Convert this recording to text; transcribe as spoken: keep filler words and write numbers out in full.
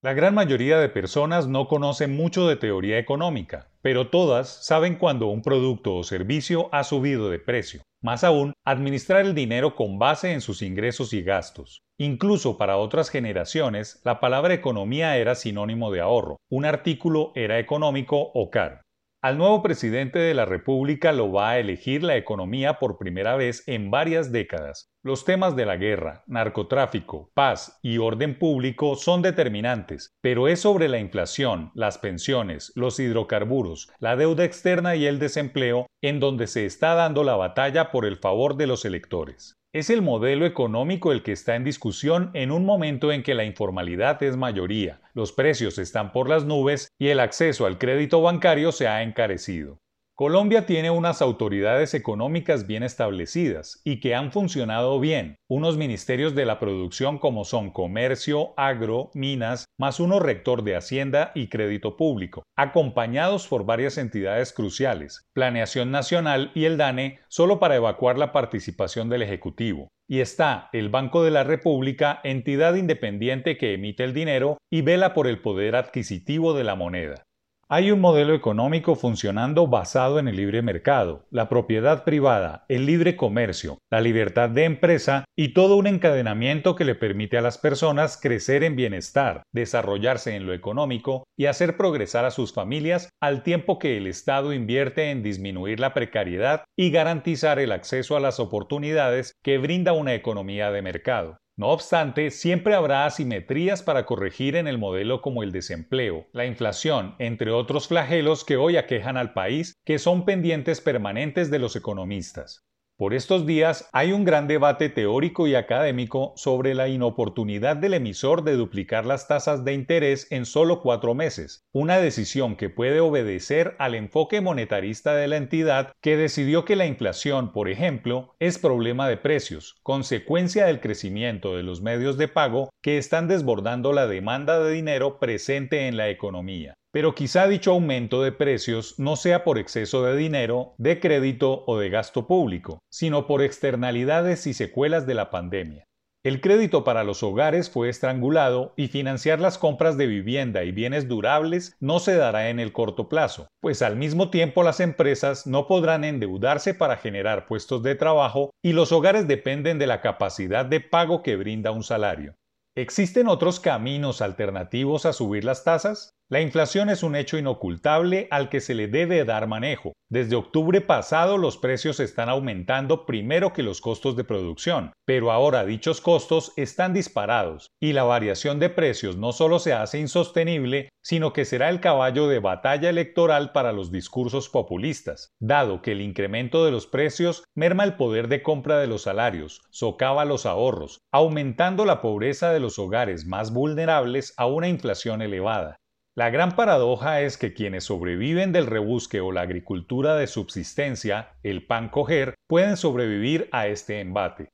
La gran mayoría de personas no conocen mucho de teoría económica, pero todas saben cuando un producto o servicio ha subido de precio. Más aún, administrar el dinero con base en sus ingresos y gastos. Incluso para otras generaciones, la palabra economía era sinónimo de ahorro. Un artículo era económico o caro. Al nuevo presidente de la República lo va a elegir la economía por primera vez en varias décadas. Los temas de la guerra, narcotráfico, paz y orden público son determinantes, pero es sobre la inflación, las pensiones, los hidrocarburos, la deuda externa y el desempleo en donde se está dando la batalla por el favor de los electores. Es el modelo económico el que está en discusión en un momento en que la informalidad es mayoría, los precios están por las nubes y el acceso al crédito bancario se ha encarecido. Colombia tiene unas autoridades económicas bien establecidas y que han funcionado bien, unos ministerios de la producción como son Comercio, Agro, Minas, más uno rector de Hacienda y Crédito Público, acompañados por varias entidades cruciales, Planeación Nacional y el DANE, solo para evacuar la participación del Ejecutivo. Y está el Banco de la República, entidad independiente que emite el dinero y vela por el poder adquisitivo de la moneda. Hay un modelo económico funcionando basado en el libre mercado, la propiedad privada, el libre comercio, la libertad de empresa y todo un encadenamiento que le permite a las personas crecer en bienestar, desarrollarse en lo económico y hacer progresar a sus familias al tiempo que el Estado invierte en disminuir la precariedad y garantizar el acceso a las oportunidades que brinda una economía de mercado. No obstante, siempre habrá asimetrías para corregir en el modelo como el desempleo, la inflación, entre otros flagelos que hoy aquejan al país, que son pendientes permanentes de los economistas. Por estos días hay un gran debate teórico y académico sobre la inoportunidad del emisor de duplicar las tasas de interés en solo cuatro meses, una decisión que puede obedecer al enfoque monetarista de la entidad que decidió que la inflación, por ejemplo, es problema de precios, consecuencia del crecimiento de los medios de pago que están desbordando la demanda de dinero presente en la economía. Pero quizá dicho aumento de precios no sea por exceso de dinero, de crédito o de gasto público, sino por externalidades y secuelas de la pandemia. El crédito para los hogares fue estrangulado y financiar las compras de vivienda y bienes durables no se dará en el corto plazo, pues al mismo tiempo las empresas no podrán endeudarse para generar puestos de trabajo y los hogares dependen de la capacidad de pago que brinda un salario. ¿Existen otros caminos alternativos a subir las tasas? La inflación es un hecho inocultable al que se le debe dar manejo. Desde octubre pasado los precios están aumentando primero que los costos de producción, pero ahora dichos costos están disparados y la variación de precios no solo se hace insostenible, sino que será el caballo de batalla electoral para los discursos populistas, dado que el incremento de los precios merma el poder de compra de los salarios, socava los ahorros, aumentando la pobreza de los hogares más vulnerables a una inflación elevada. La gran paradoja es que quienes sobreviven del rebusque o la agricultura de subsistencia, el pan coger, pueden sobrevivir a este embate.